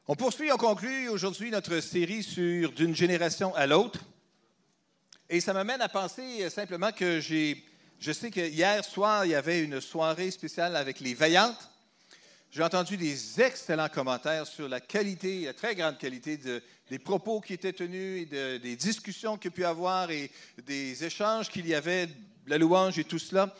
On conclut aujourd'hui notre série sur d'une génération à l'autre. Et ça m'amène à penser simplement que je sais que hier soir, il y avait une soirée spéciale avec les Veillantes. J'ai entendu des excellents commentaires sur la qualité, la très grande qualité des propos qui étaient tenus, et des discussions qu'il y a pu avoir et des échanges qu'il y avait, de la louange et tout cela.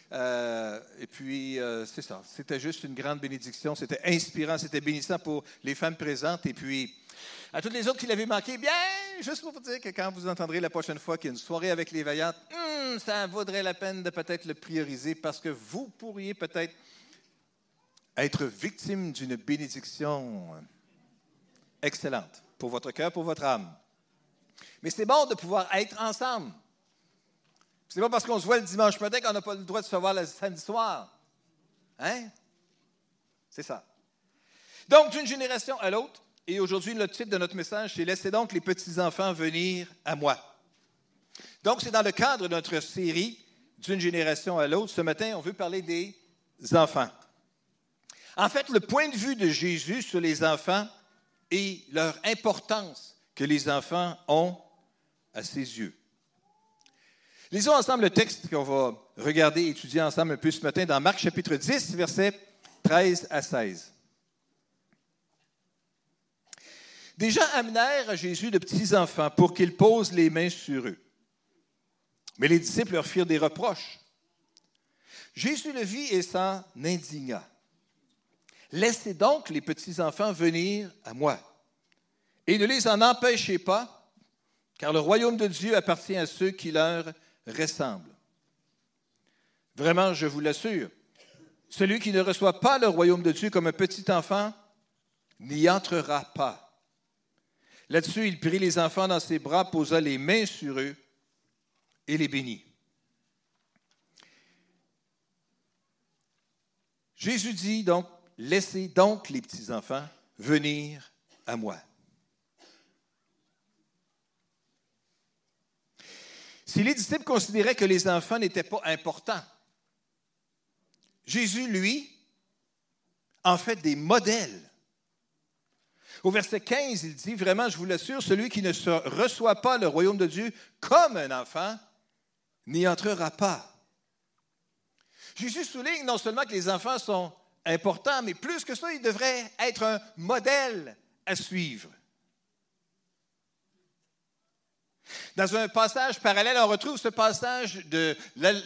C'est ça. C'était juste une grande bénédiction. C'était inspirant, c'était bénissant pour les femmes présentes. Et puis, à toutes les autres qui l'avaient manqué, bien, juste pour vous dire que quand vous entendrez la prochaine fois qu'il y a une soirée avec les Veillantes, ça vaudrait la peine de peut-être le prioriser parce que vous pourriez peut-être être victime d'une bénédiction excellente pour votre cœur, pour votre âme. Mais c'est bon de pouvoir être ensemble. C'est pas parce qu'on se voit le dimanche matin qu'on n'a pas le droit de se voir le samedi soir. Hein? C'est ça. Donc, d'une génération à l'autre, et aujourd'hui, le titre de notre message, c'est « Laissez donc les petits-enfants venir à moi ». Donc, c'est dans le cadre de notre série « D'une génération à l'autre ». Ce matin, on veut parler des enfants. En fait, le point de vue de Jésus sur les enfants et leur importance que les enfants ont à ses yeux. Lisons ensemble le texte qu'on va regarder et étudier ensemble un peu ce matin dans Marc chapitre 10, versets 13 à 16. Des gens amenèrent à Jésus de petits enfants pour qu'il pose les mains sur eux. Mais les disciples leur firent des reproches. Jésus le vit et s'en indigna. « Laissez donc les petits enfants venir à moi, et ne les en empêchez pas, car le royaume de Dieu appartient à ceux qui leur ressemblent. Vraiment, je vous l'assure, celui qui ne reçoit pas le royaume de Dieu comme un petit enfant n'y entrera pas. » Là-dessus, il prit les enfants dans ses bras, posa les mains sur eux et les bénit. Jésus dit donc, « Laissez donc les petits-enfants venir à moi. » Si les disciples considéraient que les enfants n'étaient pas importants, Jésus, lui, en fait des modèles. Au verset 15, il dit, vraiment, je vous l'assure, celui qui ne reçoit pas le royaume de Dieu comme un enfant n'y entrera pas. Jésus souligne non seulement que les enfants sont importants, mais plus que ça, ils devraient être un modèle à suivre. Dans un passage parallèle, on retrouve ce passage de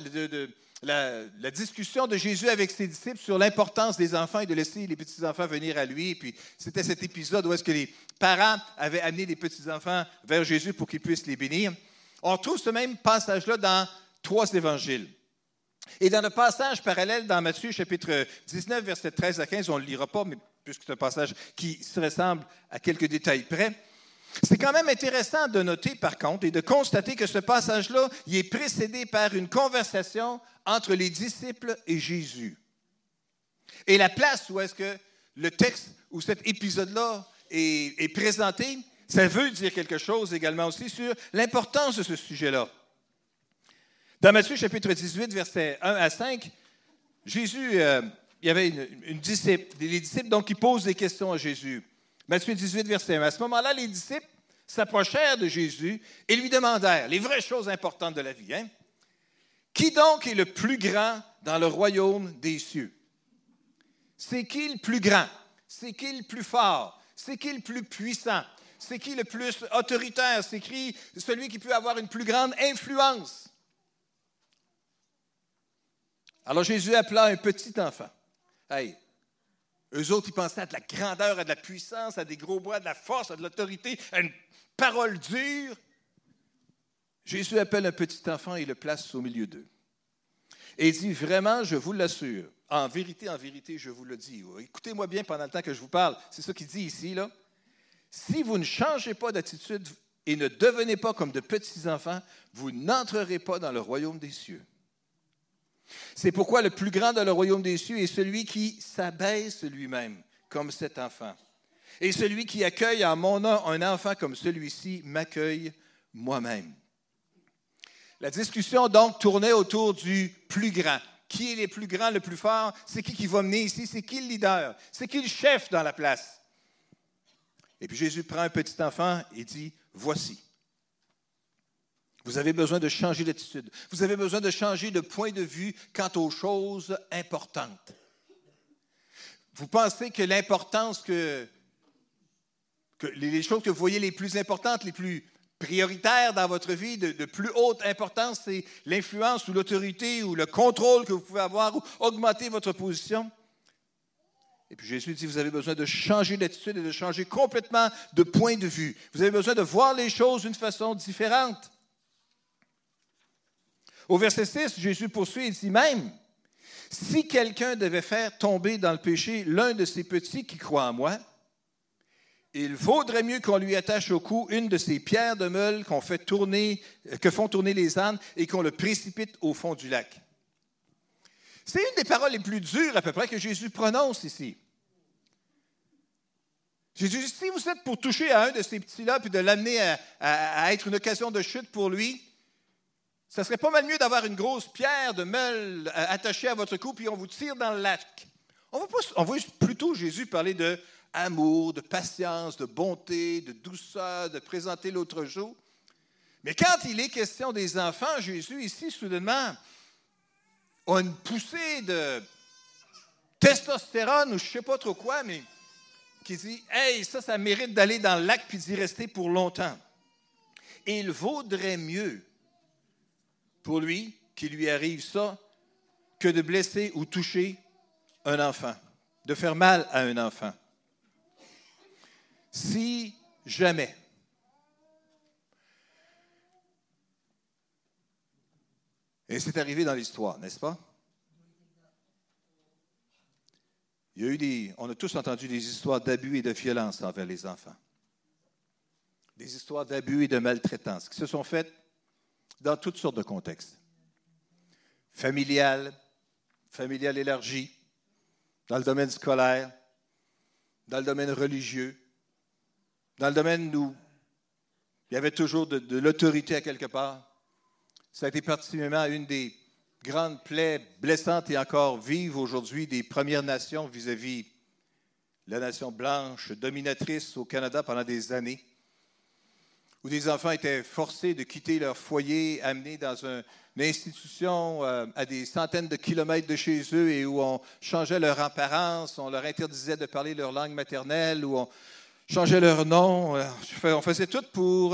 la discussion de Jésus avec ses disciples sur l'importance des enfants et de laisser les petits-enfants venir à lui. Et puis, c'était cet épisode où est-ce que les parents avaient amené les petits-enfants vers Jésus pour qu'ils puissent les bénir. On retrouve ce même passage-là dans 3 évangiles. Et dans le passage parallèle dans Matthieu, chapitre 19, versets 13 à 15, on ne le lira pas, mais puisque c'est un passage qui se ressemble à quelques détails près, c'est quand même intéressant de noter, par contre, et de constater que ce passage-là, il est précédé par une conversation entre les disciples et Jésus. Et la place où est-ce que le texte ou cet épisode-là est présenté, ça veut dire quelque chose également aussi sur l'importance de ce sujet-là. Dans Matthieu, chapitre 18, versets 1 à 5, Jésus, il y avait une disciple, les disciples donc, qui posent des questions à Jésus. Matthieu 18, verset 1. À ce moment-là, les disciples s'approchèrent de Jésus et lui demandèrent les vraies choses importantes de la vie. Hein? Qui donc est le plus grand dans le royaume des cieux? C'est qui le plus grand? C'est qui le plus fort? C'est qui le plus puissant? C'est qui le plus autoritaire? C'est qui celui qui peut avoir une plus grande influence? Alors Jésus appela un petit enfant. Hey, eux autres, ils pensaient à de la grandeur, à de la puissance, à des gros bras, à de la force, à de l'autorité, à une parole dure. Jésus appelle un petit enfant et le place au milieu d'eux. Et il dit, vraiment, je vous l'assure, en vérité, je vous le dis. Écoutez-moi bien pendant le temps que je vous parle. C'est ça qu'il dit ici, là. Si vous ne changez pas d'attitude et ne devenez pas comme de petits enfants, vous n'entrerez pas dans le royaume des cieux. C'est pourquoi le plus grand dans le royaume des cieux est celui qui s'abaisse lui-même comme cet enfant. Et celui qui accueille en mon nom un enfant comme celui-ci m'accueille moi-même. La discussion donc tournait autour du plus grand. Qui est le plus grand, le plus fort? C'est qui va mener ici? C'est qui le leader? C'est qui le chef dans la place? Et puis Jésus prend un petit enfant et dit, voici. Vous avez besoin de changer d'attitude. Vous avez besoin de changer de point de vue quant aux choses importantes. Vous pensez que l'importance que les choses que vous voyez les plus importantes, les plus prioritaires dans votre vie, de plus haute importance, c'est l'influence ou l'autorité ou le contrôle que vous pouvez avoir ou augmenter votre position. Et puis Jésus dit, vous avez besoin de changer d'attitude et de changer complètement de point de vue. Vous avez besoin de voir les choses d'une façon différente. Au verset 6, Jésus poursuit et dit même, « Si quelqu'un devait faire tomber dans le péché l'un de ces petits qui croient en moi, il vaudrait mieux qu'on lui attache au cou une de ces pierres de meule que font tourner les ânes et qu'on le précipite au fond du lac. » C'est une des paroles les plus dures à peu près que Jésus prononce ici. Jésus dit, si vous êtes pour toucher à un de ces petits-là puis de l'amener à être une occasion de chute pour lui, ça serait pas mal mieux d'avoir une grosse pierre de meule attachée à votre cou puis on vous tire dans le lac. On va plutôt Jésus parler d'amour, de patience, de bonté, de douceur, de présenter l'autre jour. Mais quand il est question des enfants, Jésus ici, soudainement, a une poussée de testostérone ou je ne sais pas trop quoi, mais qui dit « Hey, ça mérite d'aller dans le lac puis d'y rester pour longtemps. » Et il vaudrait mieux pour lui qu'il lui arrive ça que de blesser ou toucher un enfant, de faire mal à un enfant. Si jamais et c'est arrivé dans l'histoire, n'est-ce pas? On a tous entendu des histoires d'abus et de violence envers les enfants. Des histoires d'abus et de maltraitance qui se sont faites dans toutes sortes de contextes. Familial élargi, dans le domaine scolaire, dans le domaine religieux, dans le domaine où il y avait toujours de l'autorité à quelque part. Ça a été particulièrement une des grandes plaies blessantes et encore vives aujourd'hui des Premières Nations vis-à-vis la nation blanche dominatrice au Canada pendant des années, où des enfants étaient forcés de quitter leur foyer, amenés dans une institution à des centaines de kilomètres de chez eux et où on changeait leur apparence, on leur interdisait de parler leur langue maternelle, où on changeait leur nom. On faisait tout pour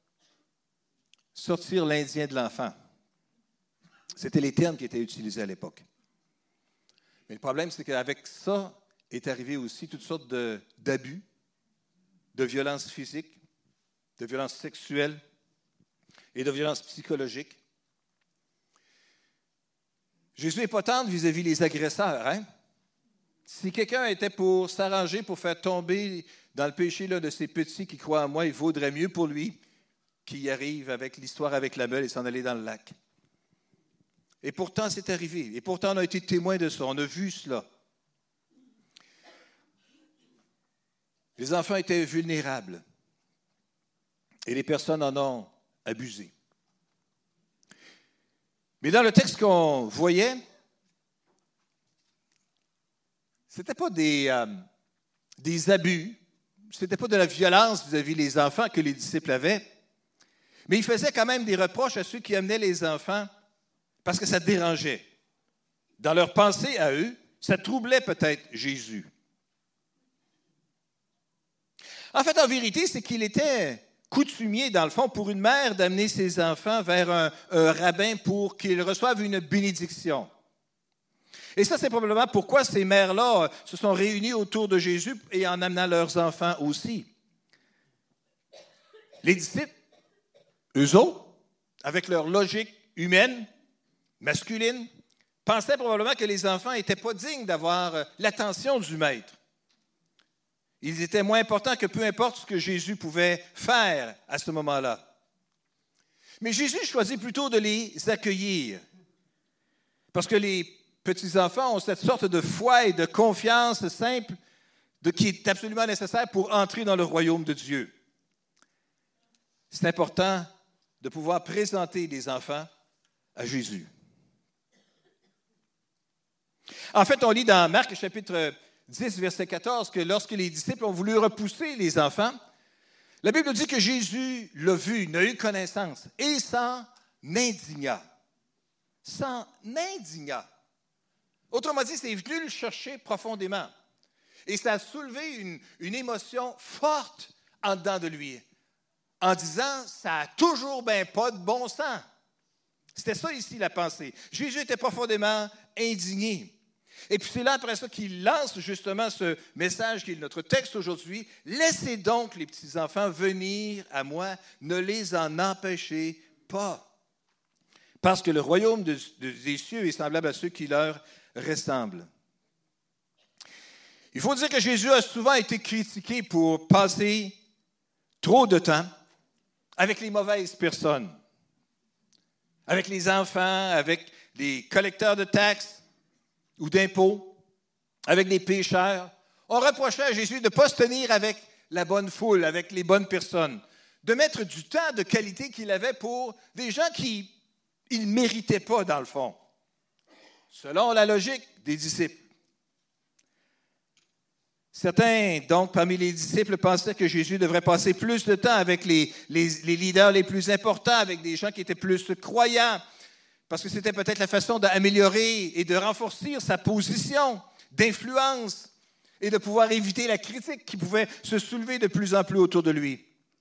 sortir l'Indien de l'enfant. C'était les termes qui étaient utilisés à l'époque. Mais le problème, c'est qu'avec ça est arrivé aussi toutes sortes d'abus, de violences physiques, de violences sexuelles et de violences psychologiques. Jésus n'est pas tendre vis-à-vis des agresseurs. Hein? Si quelqu'un était pour s'arranger pour faire tomber dans le péché là, de ces petits qui croient en moi, il vaudrait mieux pour lui qu'il y arrive avec l'histoire avec la meule et s'en aller dans le lac. Et pourtant, c'est arrivé. Et pourtant, on a été témoins de ça. On a vu cela. Les enfants étaient vulnérables. Et les personnes en ont abusé. Mais dans le texte qu'on voyait, ce n'était pas des abus, ce n'était pas de la violence vis-à-vis des enfants que les disciples avaient, mais ils faisaient quand même des reproches à ceux qui amenaient les enfants parce que ça dérangeait. Dans leur pensée à eux, ça troublait peut-être Jésus. En fait, en vérité, c'est qu'il était coutumier, dans le fond, pour une mère d'amener ses enfants vers un rabbin pour qu'ils reçoivent une bénédiction. Et ça, c'est probablement pourquoi ces mères-là se sont réunies autour de Jésus et en amenant leurs enfants aussi. Les disciples, eux autres, avec leur logique humaine, masculine, pensaient probablement que les enfants n'étaient pas dignes d'avoir l'attention du maître. Ils étaient moins importants que peu importe ce que Jésus pouvait faire à ce moment-là. Mais Jésus choisit plutôt de les accueillir. Parce que les petits-enfants ont cette sorte de foi et de confiance simple qui est absolument nécessaire pour entrer dans le royaume de Dieu. C'est important de pouvoir présenter les enfants à Jésus. En fait, on lit dans Marc chapitre 10, verset 14, que lorsque les disciples ont voulu repousser les enfants, la Bible nous dit que Jésus l'a vu, n'a eu connaissance et s'en indigna. S'en indigna. Autrement dit, c'est venu le chercher profondément. Et ça a soulevé une émotion forte en dedans de lui, en disant, ça n'a toujours bien pas de bon sens. C'était ça ici la pensée. Jésus était profondément indigné. Et puis c'est là après ça qu'il lance justement ce message qui est notre texte aujourd'hui. Laissez donc les petits-enfants venir à moi, ne les en empêchez pas. Parce que le royaume des cieux est semblable à ceux qui leur ressemblent. Il faut dire que Jésus a souvent été critiqué pour passer trop de temps avec les mauvaises personnes, avec les enfants, avec les collecteurs de taxes ou d'impôts, avec les pécheurs. On reprochait à Jésus de ne pas se tenir avec la bonne foule, avec les bonnes personnes, de mettre du temps de qualité qu'il avait pour des gens qui ne méritaient pas, dans le fond, selon la logique des disciples. Certains, donc, parmi les disciples, pensaient que Jésus devrait passer plus de temps avec les leaders les plus importants, avec des gens qui étaient plus croyants, parce que c'était peut-être la façon d'améliorer et de renforcer sa position d'influence et de pouvoir éviter la critique qui pouvait se soulever de plus en plus autour de lui.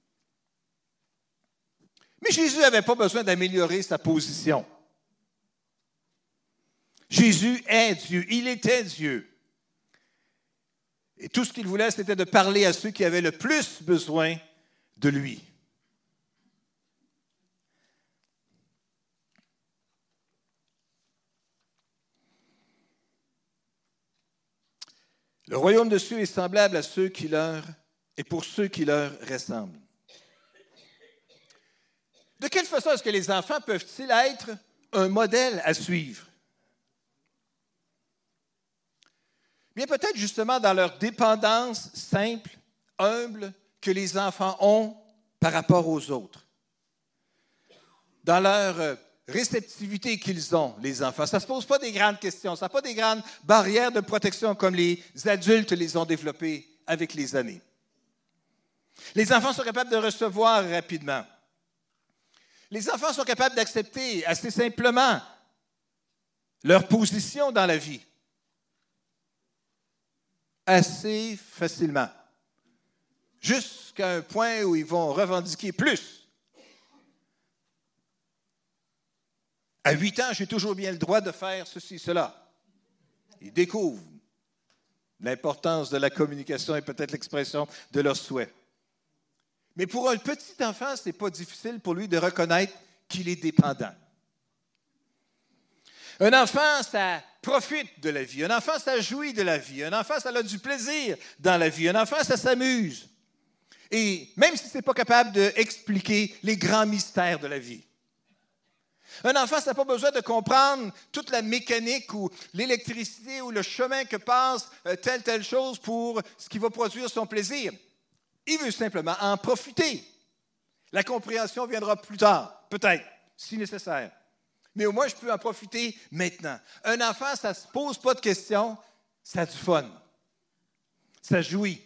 Mais Jésus n'avait pas besoin d'améliorer sa position. Jésus est Dieu, il était Dieu. Et tout ce qu'il voulait, c'était de parler à ceux qui avaient le plus besoin de lui. Le royaume de cieux est semblable à ceux qui leur et pour ceux qui leur ressemblent. De quelle façon est-ce que les enfants peuvent-ils être un modèle à suivre? Bien, peut-être justement dans leur dépendance simple, humble, que les enfants ont par rapport aux autres. Dans leur réceptivité qu'ils ont, les enfants. Ça ne se pose pas des grandes questions, ça n'a pas des grandes barrières de protection comme les adultes les ont développées avec les années. Les enfants sont capables de recevoir rapidement. Les enfants sont capables d'accepter assez simplement leur position dans la vie. Assez facilement, jusqu'à un point où ils vont revendiquer plus. À 8 ans, j'ai toujours bien le droit de faire ceci, cela. Ils découvrent l'importance de la communication et peut-être l'expression de leurs souhaits. Mais pour un petit enfant, ce n'est pas difficile pour lui de reconnaître qu'il est dépendant. Un enfant, ça profite de la vie. Un enfant, ça jouit de la vie. Un enfant, ça a du plaisir dans la vie. Un enfant, ça s'amuse. Et même si ce n'est pas capable d'expliquer les grands mystères de la vie. Un enfant, ça n'a pas besoin de comprendre toute la mécanique ou l'électricité ou le chemin que passe telle chose pour ce qui va produire son plaisir. Il veut simplement en profiter. La compréhension viendra plus tard, peut-être, si nécessaire. Mais au moins, je peux en profiter maintenant. Un enfant, ça ne se pose pas de questions, ça a du fun. Ça jouit.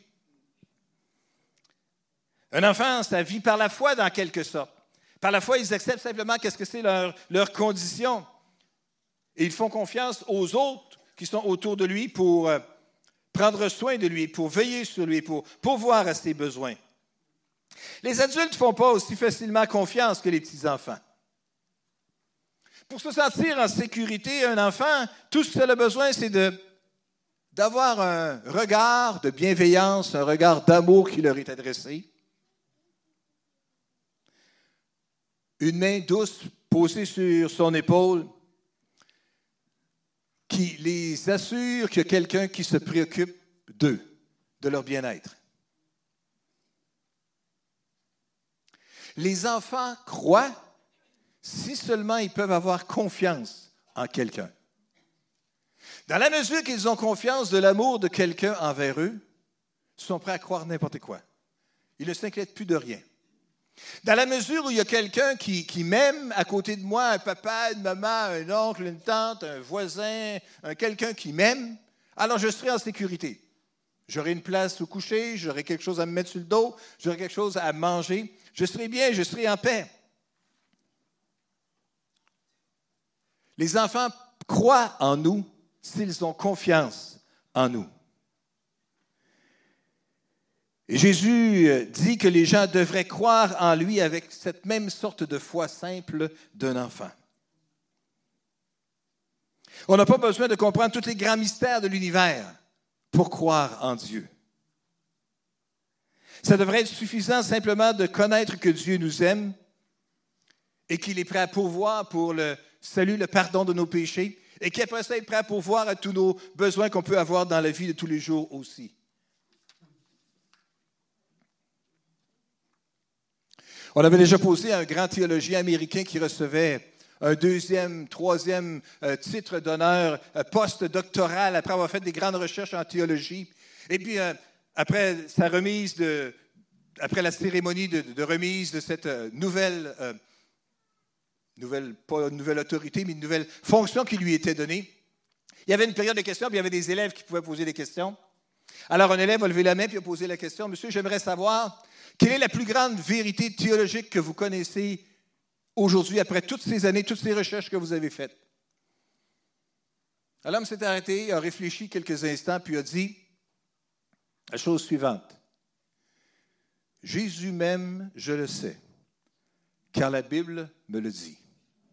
Un enfant, ça vit par la foi dans quelque sorte. Par la foi, ils acceptent simplement qu'est-ce que c'est leur condition. Et ils font confiance aux autres qui sont autour de lui pour prendre soin de lui, pour veiller sur lui, pour pourvoir à ses besoins. Les adultes ne font pas aussi facilement confiance que les petits-enfants. Pour se sentir en sécurité, un enfant, tout ce qu'il a besoin, c'est d'avoir un regard de bienveillance, un regard d'amour qui leur est adressé. Une main douce posée sur son épaule qui les assure qu'il y a quelqu'un qui se préoccupe d'eux, de leur bien-être. Les enfants croient si seulement ils peuvent avoir confiance en quelqu'un. Dans la mesure qu'ils ont confiance de l'amour de quelqu'un envers eux, ils sont prêts à croire n'importe quoi. Ils ne s'inquiètent plus de rien. Dans la mesure où il y a quelqu'un qui m'aime à côté de moi, un papa, une maman, un oncle, une tante, un voisin, quelqu'un qui m'aime, alors je serai en sécurité. J'aurai une place où coucher, j'aurai quelque chose à me mettre sur le dos, j'aurai quelque chose à manger. Je serai bien, je serai en paix. Les enfants croient en nous s'ils ont confiance en nous. Et Jésus dit que les gens devraient croire en lui avec cette même sorte de foi simple d'un enfant. On n'a pas besoin de comprendre tous les grands mystères de l'univers pour croire en Dieu. Ça devrait être suffisant simplement de connaître que Dieu nous aime et qu'il est prêt à pourvoir pour le salut, le pardon de nos péchés, et qu'après ça, il est prêt à pourvoir à tous nos besoins qu'on peut avoir dans la vie de tous les jours aussi. On avait déjà posé à un grand théologien américain qui recevait un deuxième, troisième titre d'honneur post-doctoral après avoir fait des grandes recherches en théologie. Et puis, après la cérémonie de remise de cette pas une nouvelle autorité, mais une nouvelle fonction qui lui était donnée, il y avait une période de questions, puis il y avait des élèves qui pouvaient poser des questions. Alors, un élève a levé la main puis a posé la question: « Monsieur, j'aimerais savoir, quelle est la plus grande vérité théologique que vous connaissez aujourd'hui, après toutes ces années, toutes ces recherches que vous avez faites? » Alors, l'homme s'est arrêté, a réfléchi quelques instants, puis a dit la chose suivante: « Jésus m'aime, je le sais, car la Bible me le dit. »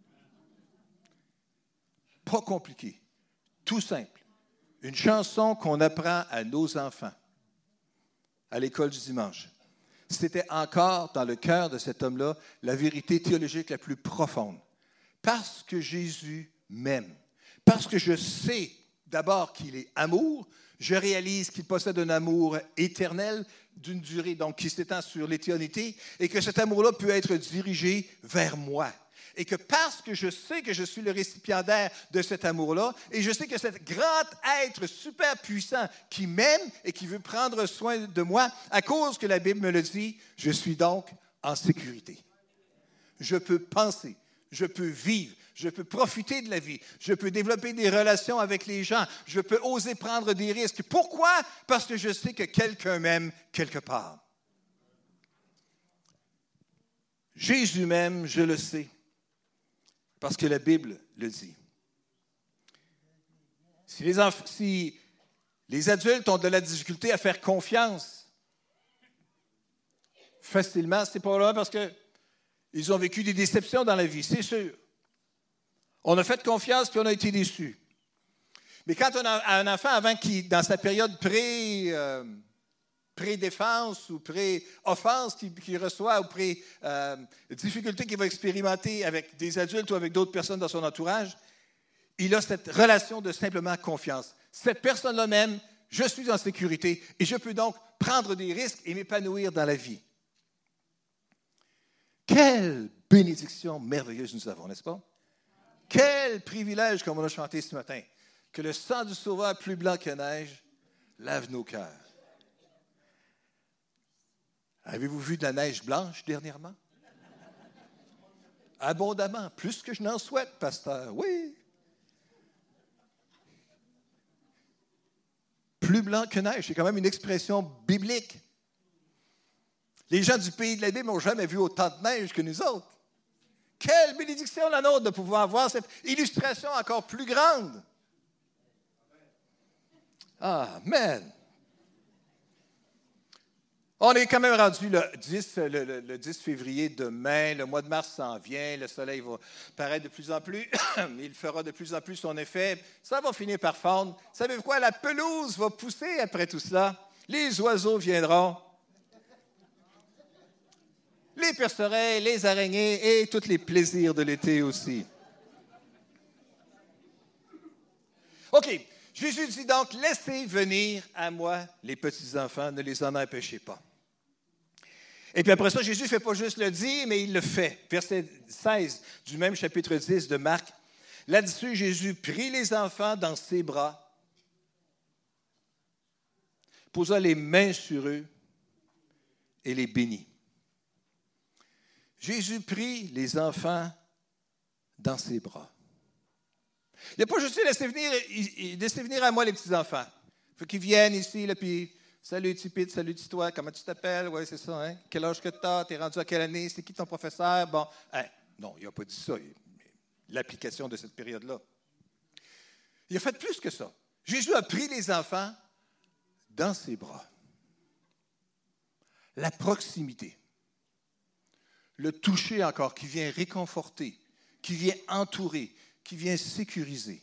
Pas compliqué, tout simple. Une chanson qu'on apprend à nos enfants à l'école du dimanche. C'était encore dans le cœur de cet homme-là la vérité théologique la plus profonde. Parce que Jésus m'aime, parce que je sais d'abord qu'il est amour, je réalise qu'il possède un amour éternel d'une durée donc qui s'étend sur l'éternité et que cet amour-là peut être dirigé vers moi. Et que parce que je sais que je suis le récipiendaire de cet amour-là, et je sais que cet grand être super puissant qui m'aime et qui veut prendre soin de moi, à cause que la Bible me le dit, je suis donc en sécurité. Je peux penser, je peux vivre, je peux profiter de la vie, je peux développer des relations avec les gens, je peux oser prendre des risques. Pourquoi? Parce que je sais que quelqu'un m'aime quelque part. Jésus m'aime, je le sais. Parce que la Bible le dit. Si les adultes ont de la difficulté à faire confiance facilement, c'est probablement parce qu'ils ont vécu des déceptions dans la vie, c'est sûr. On a fait confiance puis on a été déçus. Mais quand on a un enfant avant dans sa période pré-défense ou pré-offense qu'il reçoit ou pré-difficulté qu'il va expérimenter avec des adultes ou avec d'autres personnes dans son entourage, il a cette relation de simplement confiance. Cette personne-là même, je suis en sécurité et je peux donc prendre des risques et m'épanouir dans la vie. Quelle bénédiction merveilleuse nous avons, n'est-ce pas? Quel privilège, comme on a chanté ce matin, que le sang du Sauveur plus blanc que neige lave nos cœurs. Avez-vous vu de la neige blanche dernièrement? Abondamment, plus que je n'en souhaite, pasteur, oui. Plus blanc que neige, c'est quand même une expression biblique. Les gens du pays de la Bible n'ont jamais vu autant de neige que nous autres. Quelle bénédiction la nôtre de pouvoir avoir cette illustration encore plus grande. Amen. On est quand même rendu le 10 février demain. Le mois de mars s'en vient. Le soleil va paraître de plus en plus. Il fera de plus en plus son effet. Ça va finir par fondre. Savez-vous quoi? La pelouse va pousser après tout cela. Les oiseaux viendront. Les perce-oreilles, les araignées et tous les plaisirs de l'été aussi. OK. Jésus dit donc, laissez venir à moi les petits-enfants, ne les en empêchez pas. Et puis après ça, Jésus ne fait pas juste le dire, mais il le fait. Verset 16 du même chapitre 10 de Marc. Là-dessus, Jésus prit les enfants dans ses bras, posa les mains sur eux et les bénit. Jésus prit les enfants dans ses bras. Il n'a pas juste dit laissez venir à moi les petits-enfants. Il faut qu'ils viennent ici, là, puis Salut Tipite, salut toi, comment tu t'appelles? Oui, c'est ça, hein? Quel âge que tu as? T'es rendu à quelle année? C'est qui ton professeur? Bon, hein, non, il n'a pas dit ça. L'application de cette période-là. Il a fait plus que ça. Jésus a pris les enfants dans ses bras. La proximité. Le toucher encore, qui vient réconforter, qui vient entourer, qui vient sécuriser.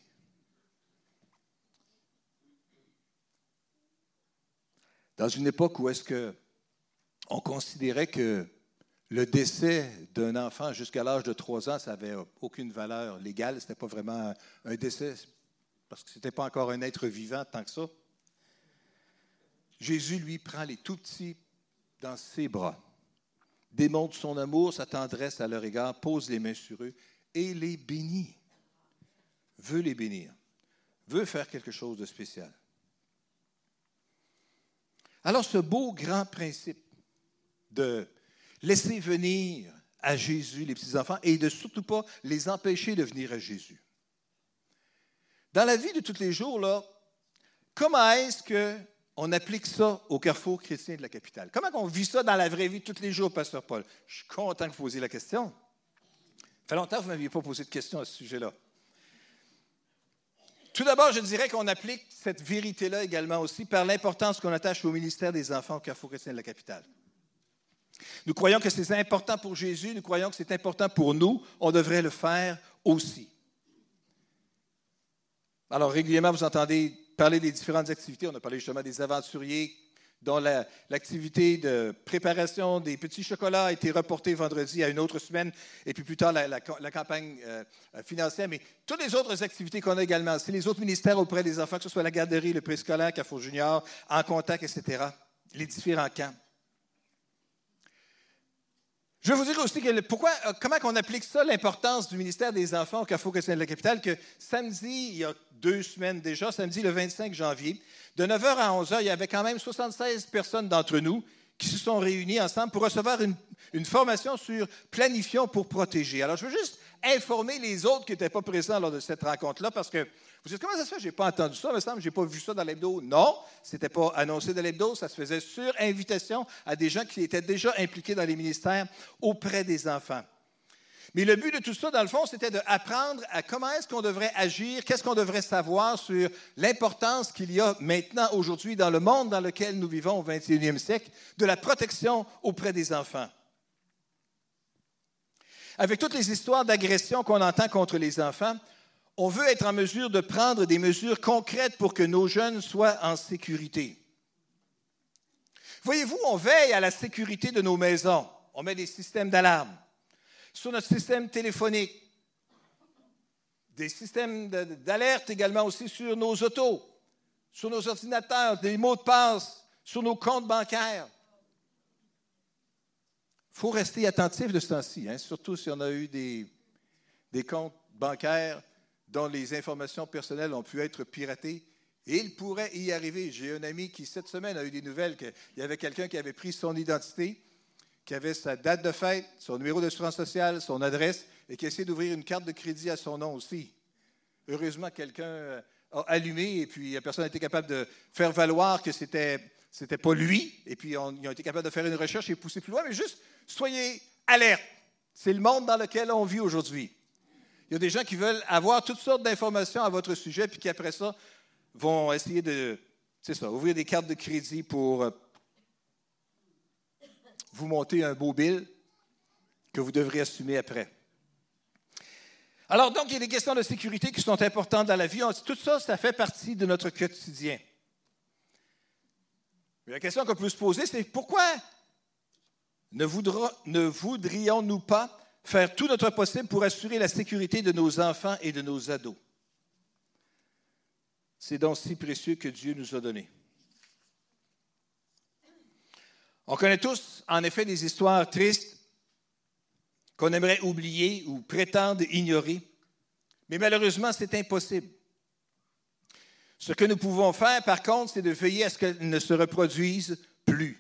Dans une époque où est-ce qu'on considérait que le décès d'un enfant jusqu'à l'âge de 3 ans, ça n'avait aucune valeur légale, ce n'était pas vraiment un décès, parce que ce n'était pas encore un être vivant tant que ça. Jésus, lui, prend les tout-petits dans ses bras, démontre son amour, sa tendresse à leur égard, pose les mains sur eux et les bénit. Veut les bénir, veut faire quelque chose de spécial. Alors, ce beau grand principe de laisser venir à Jésus les petits-enfants et de surtout pas les empêcher de venir à Jésus. Dans la vie de tous les jours, là, comment est-ce qu'on applique ça au Carrefour chrétien de la capitale? Comment on vit ça dans la vraie vie de tous les jours, Pasteur Paul? Je suis content que vous posiez la question. Ça fait longtemps que vous ne m'aviez pas posé de question à ce sujet-là. Tout d'abord, je dirais qu'on applique cette vérité-là également aussi par l'importance qu'on attache au ministère des enfants au Carrefour chrétien de la capitale. Nous croyons que c'est important pour Jésus, nous croyons que c'est important pour nous, on devrait le faire aussi. Alors, régulièrement, vous entendez parler des différentes activités. On a parlé justement des aventuriers, dont l'activité de préparation des petits chocolats a été reportée vendredi à une autre semaine, et puis plus tard, la campagne financière. Mais toutes les autres activités qu'on a également, c'est les autres ministères auprès des enfants, que ce soit la garderie, le préscolaire, Carrefour Junior, En Contact, etc., les différents camps. Je vais vous dire aussi comment on applique ça, l'importance du ministère des enfants au Carrefour chrétien de la capitale, que samedi, il y a 2 semaines déjà, samedi le 25 janvier, de 9h à 11h, il y avait quand même 76 personnes d'entre nous qui se sont réunies ensemble pour recevoir une formation sur planifions pour protéger. Alors, je veux juste informer les autres qui n'étaient pas présents lors de cette rencontre-là, parce que vous dites, comment ça se fait? Je n'ai pas entendu ça, il me semble, je n'ai pas vu ça dans l'hebdo. Non, ce n'était pas annoncé dans l'hebdo, ça se faisait sur invitation à des gens qui étaient déjà impliqués dans les ministères auprès des enfants. Mais le but de tout ça, dans le fond, c'était d'apprendre à comment est-ce qu'on devrait agir, qu'est-ce qu'on devrait savoir sur l'importance qu'il y a maintenant, aujourd'hui, dans le monde dans lequel nous vivons au 21e siècle, de la protection auprès des enfants. Avec toutes les histoires d'agression qu'on entend contre les enfants, on veut être en mesure de prendre des mesures concrètes pour que nos jeunes soient en sécurité. Voyez-vous, on veille à la sécurité de nos maisons. On met des systèmes d'alarme sur notre système téléphonique, des systèmes d'alerte également aussi sur nos autos, sur nos ordinateurs, des mots de passe, sur nos comptes bancaires. Il faut rester attentif de ce temps-ci, surtout si on a eu des comptes bancaires dont les informations personnelles ont pu être piratées. Et il pourrait y arriver. J'ai un ami qui, cette semaine, a eu des nouvelles qu'il y avait quelqu'un qui avait pris son identité, qui avait sa date de fête, son numéro d'assurance sociale, son adresse, et qui a essayé d'ouvrir une carte de crédit à son nom aussi. Heureusement, quelqu'un a allumé, et puis la personne a été capable de faire valoir que c'était pas lui, et puis ils ont été capables de faire une recherche et pousser plus loin, mais juste, soyez alerte. C'est le monde dans lequel on vit aujourd'hui. Il y a des gens qui veulent avoir toutes sortes d'informations à votre sujet, puis qui, après ça, vont essayer ouvrir des cartes de crédit pour vous monter un beau bill que vous devrez assumer après. Alors, donc, il y a des questions de sécurité qui sont importantes dans la vie. Tout ça, ça fait partie de notre quotidien. Mais la question qu'on peut se poser, c'est pourquoi ne voudrions-nous pas faire tout notre possible pour assurer la sécurité de nos enfants et de nos ados? C'est donc si précieux que Dieu nous a donné. On connaît tous, en effet, des histoires tristes qu'on aimerait oublier ou prétendre ignorer, mais malheureusement, c'est impossible. Ce que nous pouvons faire, par contre, c'est de veiller à ce qu'elles ne se reproduisent plus.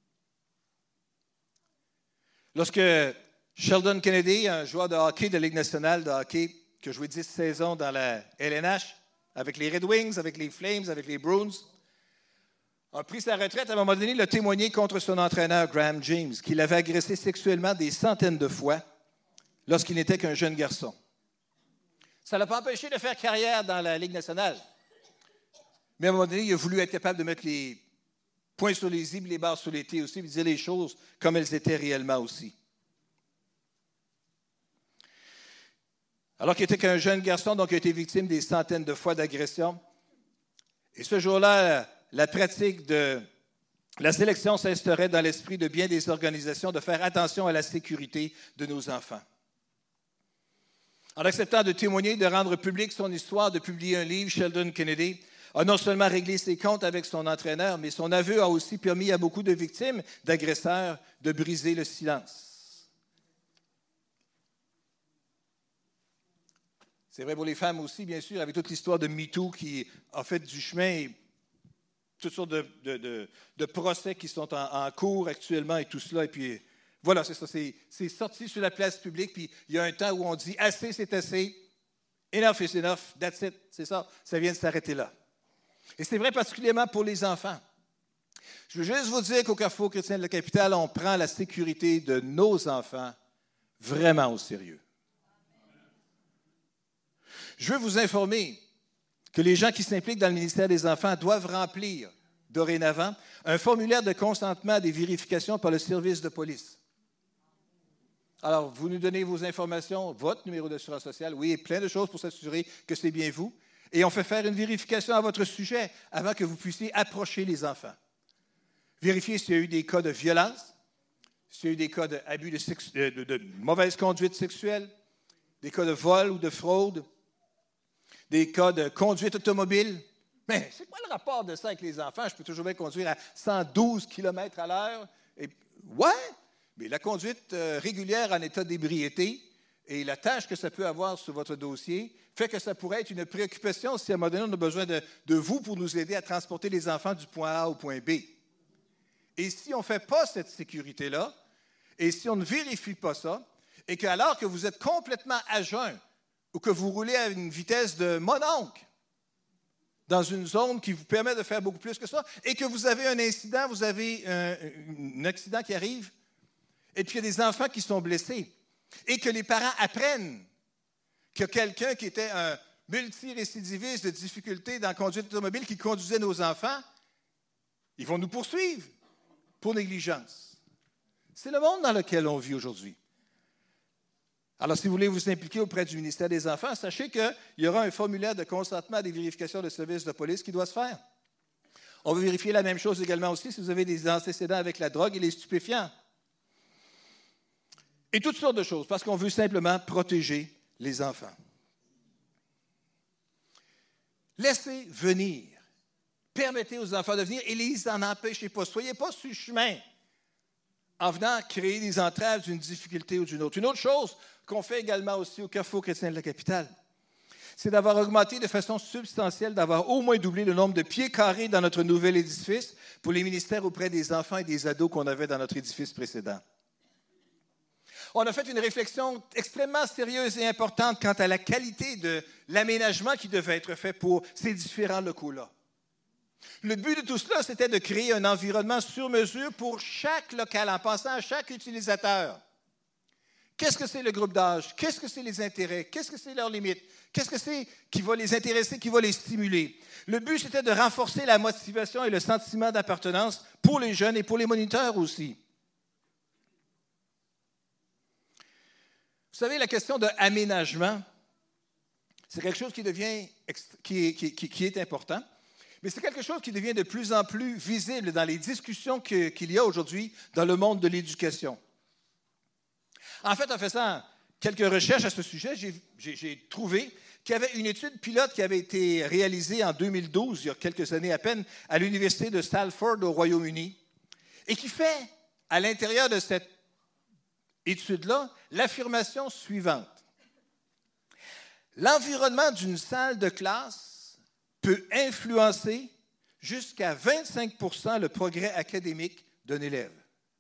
Lorsque Sheldon Kennedy, un joueur de hockey de la Ligue nationale de hockey, qui a joué 10 saisons dans la LNH, avec les Red Wings, avec les Flames, avec les Bruins, a pris sa retraite. À un moment donné, il a témoigné contre son entraîneur, Graham James, qui l'avait agressé sexuellement des centaines de fois lorsqu'il n'était qu'un jeune garçon. Ça ne l'a pas empêché de faire carrière dans la Ligue nationale. Mais à un moment donné, il a voulu être capable de mettre les points sur les i, les barres sur les t aussi, puis dire les choses comme elles étaient réellement aussi. Alors qu'il n'était qu'un jeune garçon, donc il a été victime des centaines de fois d'agressions. Et ce jour-là, la pratique de la sélection s'instaurait dans l'esprit de bien des organisations de faire attention à la sécurité de nos enfants. En acceptant de témoigner, de rendre public son histoire, de publier un livre, Sheldon Kennedy a non seulement réglé ses comptes avec son entraîneur, mais son aveu a aussi permis à beaucoup de victimes d'agresseurs de briser le silence. C'est vrai pour les femmes aussi, bien sûr, avec toute l'histoire de MeToo qui a fait du chemin et toutes sortes de procès qui sont en cours actuellement et tout cela. Et puis, voilà, c'est ça, c'est sorti sur la place publique, puis il y a un temps où on dit « assez, c'est assez, enough is enough, that's it », c'est ça, ça vient de s'arrêter là. Et c'est vrai particulièrement pour les enfants. Je veux juste vous dire qu'au Carrefour chrétien de la capitale, on prend la sécurité de nos enfants vraiment au sérieux. Je veux vous informer que les gens qui s'impliquent dans le ministère des Enfants doivent remplir, dorénavant, un formulaire de consentement à des vérifications par le service de police. Alors, vous nous donnez vos informations, votre numéro d'assurance sociale, oui, et plein de choses pour s'assurer que c'est bien vous. Et on fait faire une vérification à votre sujet avant que vous puissiez approcher les enfants. Vérifier s'il y a eu des cas de violence, s'il y a eu des cas d'abus de mauvaise conduite sexuelle, des cas de vol ou de fraude, des cas de conduite automobile. Mais c'est quoi le rapport de ça avec les enfants? Je peux toujours bien conduire à 112 km à l'heure. Et, ouais, mais la conduite régulière en état d'ébriété et la tâche que ça peut avoir sur votre dossier fait que ça pourrait être une préoccupation si à un moment donné, on a besoin de vous pour nous aider à transporter les enfants du point A au point B. Et si on ne fait pas cette sécurité-là, et si on ne vérifie pas ça, et qu'alors que vous êtes complètement à jeun, ou que vous roulez à une vitesse de mononcle dans une zone qui vous permet de faire beaucoup plus que ça, et que vous avez un incident, vous avez un accident qui arrive, et puis il y a des enfants qui sont blessés, et que les parents apprennent que quelqu'un qui était un multirécidiviste de difficultés dans la conduite automobile qui conduisait nos enfants, ils vont nous poursuivre pour négligence. C'est le monde dans lequel on vit aujourd'hui. Alors, si vous voulez vous impliquer auprès du ministère des Enfants, sachez qu'il y aura un formulaire de consentement à des vérifications de services de police qui doit se faire. On va vérifier la même chose également aussi si vous avez des antécédents avec la drogue et les stupéfiants. Et toutes sortes de choses, parce qu'on veut simplement protéger les enfants. Laissez venir. Permettez aux enfants de venir et les en empêchez pas. Soyez pas sur le chemin en venant créer des entraves d'une difficulté ou d'une autre. Une autre chose qu'on fait également aussi au Carrefour chrétien de la capitale, c'est d'avoir augmenté de façon substantielle, d'avoir au moins doublé le nombre de pieds carrés dans notre nouvel édifice pour les ministères auprès des enfants et des ados qu'on avait dans notre édifice précédent. On a fait une réflexion extrêmement sérieuse et importante quant à la qualité de l'aménagement qui devait être fait pour ces différents locaux-là. Le but de tout cela, c'était de créer un environnement sur mesure pour chaque local, en pensant à chaque utilisateur. Qu'est-ce que c'est le groupe d'âge? Qu'est-ce que c'est les intérêts? Qu'est-ce que c'est leurs limites? Qu'est-ce que c'est qui va les intéresser, qui va les stimuler? Le but, c'était de renforcer la motivation et le sentiment d'appartenance pour les jeunes et pour les moniteurs aussi. Vous savez, la question de aménagement, c'est quelque chose qui devient, qui est important. Mais c'est quelque chose qui devient de plus en plus visible dans les discussions qu'il y a aujourd'hui dans le monde de l'éducation. En fait, en faisant quelques recherches à ce sujet, j'ai trouvé qu'il y avait une étude pilote qui avait été réalisée en 2012, il y a quelques années à peine, à l'Université de Salford au Royaume-Uni, et qui fait, à l'intérieur de cette étude-là, l'affirmation suivante. L'environnement d'une salle de classe peut influencer jusqu'à 25% le progrès académique d'un élève.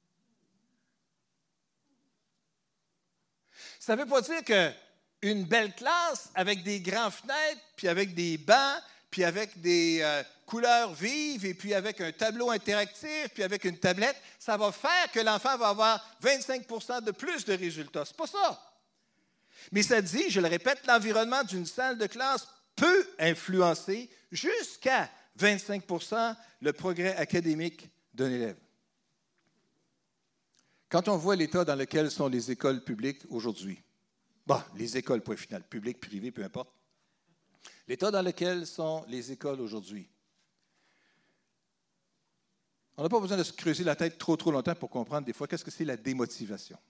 Ça ne veut pas dire qu'une belle classe avec des grandes fenêtres, puis avec des bancs, puis avec des couleurs vives, et puis avec un tableau interactif, puis avec une tablette, ça va faire que l'enfant va avoir 25 % de plus de résultats. C'est pas ça. Mais ça dit, je le répète, l'environnement d'une salle de classe peut influencer jusqu'à 25 % le progrès académique d'un élève. Quand on voit l'état dans lequel sont les écoles publiques aujourd'hui, les écoles, point final, publiques, privées, peu importe, l'état dans lequel sont les écoles aujourd'hui, on n'a pas besoin de se creuser la tête trop longtemps pour comprendre des fois qu'est-ce que c'est la démotivation.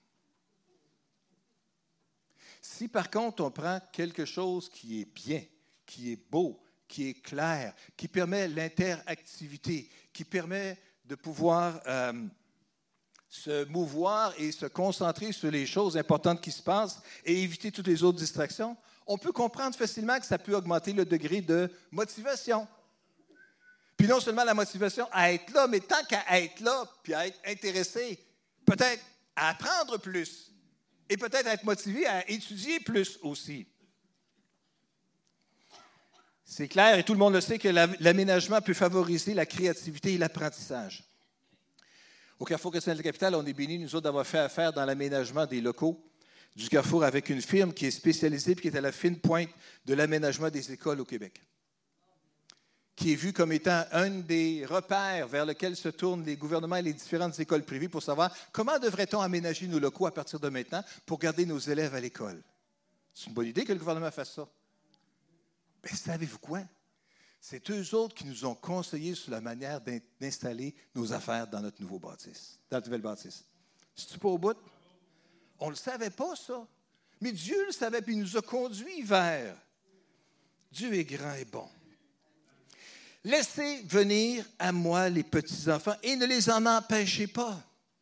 Si par contre on prend quelque chose qui est bien, qui est beau, qui est clair, qui permet l'interactivité, qui permet de pouvoir se mouvoir et se concentrer sur les choses importantes qui se passent et éviter toutes les autres distractions, on peut comprendre facilement que ça peut augmenter le degré de motivation. Puis non seulement la motivation à être là, mais tant qu'à être là, puis à être intéressé, peut-être à apprendre plus et peut-être à être motivé à étudier plus aussi. C'est clair, et tout le monde le sait, que l'aménagement peut favoriser la créativité et l'apprentissage. Au Carrefour Chrétien-de-la-Capitale, on est bénis, nous autres, d'avoir fait affaire dans l'aménagement des locaux du Carrefour avec une firme qui est spécialisée et qui est à la fine pointe de l'aménagement des écoles au Québec, qui est vue comme étant un des repères vers lesquels se tournent les gouvernements et les différentes écoles privées pour savoir comment devrait-on aménager nos locaux à partir de maintenant pour garder nos élèves à l'école. C'est une bonne idée que le gouvernement fasse ça. Mais savez-vous quoi? C'est eux autres qui nous ont conseillé sur la manière d'installer nos affaires dans notre nouveau bâtisse, dans notre nouvelle bâtisse. C'est-tu pas au bout? On ne le savait pas, ça. Mais Dieu le savait, puis il nous a conduits vers. Dieu est grand et bon. Laissez venir à moi les petits-enfants et ne les en empêchez pas.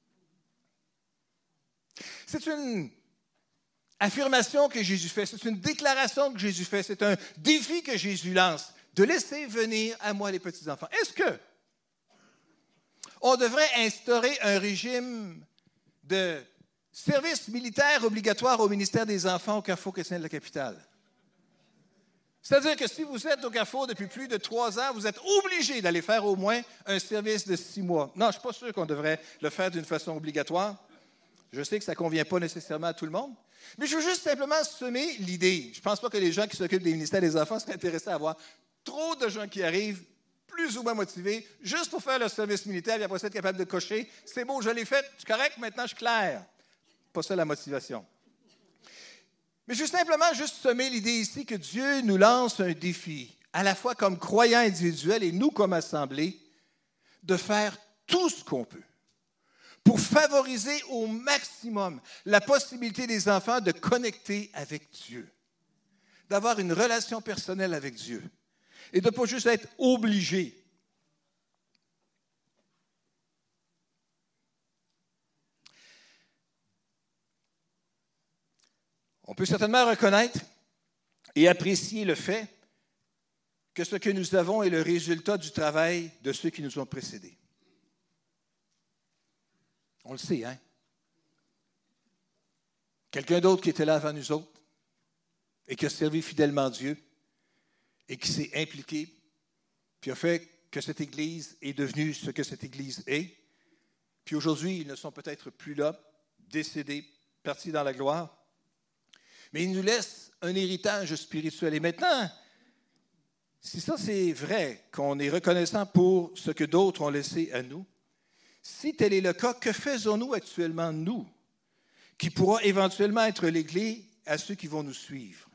C'est une affirmation que Jésus fait, c'est une déclaration que Jésus fait, c'est un défi que Jésus lance, de laisser venir à moi les petits-enfants. Est-ce que on devrait instaurer un régime de service militaire obligatoire au ministère des Enfants au Carrefour Chrétien-de-la-Capitale? C'est-à-dire que si vous êtes au Carrefour depuis plus de 3 ans, vous êtes obligé d'aller faire au moins un service de 6 mois. Non, je ne suis pas sûr qu'on devrait le faire d'une façon obligatoire. Je sais que ça ne convient pas nécessairement à tout le monde. Mais je veux juste simplement semer l'idée. Je ne pense pas que les gens qui s'occupent des ministères des Enfants seraient intéressés à voir trop de gens qui arrivent, plus ou moins motivés, juste pour faire le service militaire et après ça être capable de cocher. C'est beau, je l'ai fait, c'est correct, maintenant je suis clair. Pas ça la motivation. Mais je veux simplement juste semer l'idée ici que Dieu nous lance un défi, à la fois comme croyants individuels et nous comme assemblée, de faire tout ce qu'on peut pour favoriser au maximum la possibilité des enfants de connecter avec Dieu, d'avoir une relation personnelle avec Dieu et de ne pas juste être obligés. On peut certainement reconnaître et apprécier le fait que ce que nous avons est le résultat du travail de ceux qui nous ont précédés. On le sait, hein? Quelqu'un d'autre qui était là avant nous autres et qui a servi fidèlement Dieu et qui s'est impliqué, puis a fait que cette Église est devenue ce que cette Église est. Puis aujourd'hui, ils ne sont peut-être plus là, décédés, partis dans la gloire. Mais ils nous laissent un héritage spirituel. Et maintenant, si ça c'est vrai, qu'on est reconnaissant pour ce que d'autres ont laissé à nous, si tel est le cas, que faisons-nous actuellement, nous, qui pourra éventuellement être légué à ceux qui vont nous suivre?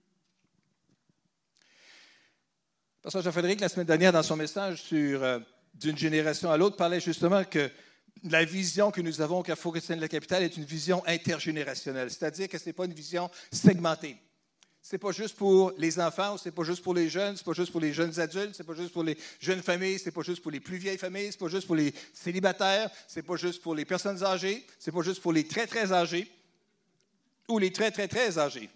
Pasteur Jean-Frédéric, la semaine dernière, dans son message sur d'une génération à l'autre, parlait justement que la vision que nous avons au Carrefour Chrétien-de-la-Capitale est une vision intergénérationnelle, c'est-à-dire que ce n'est pas une vision segmentée. Ce n'est pas juste pour les enfants, ce n'est pas juste pour les jeunes, ce n'est pas juste pour les jeunes adultes, ce n'est pas juste pour les jeunes familles, ce n'est pas juste pour les plus vieilles familles, ce n'est pas juste pour les célibataires, ce n'est pas juste pour les personnes âgées, ce n'est pas juste pour les très, très âgés ou les très, très, très âgés.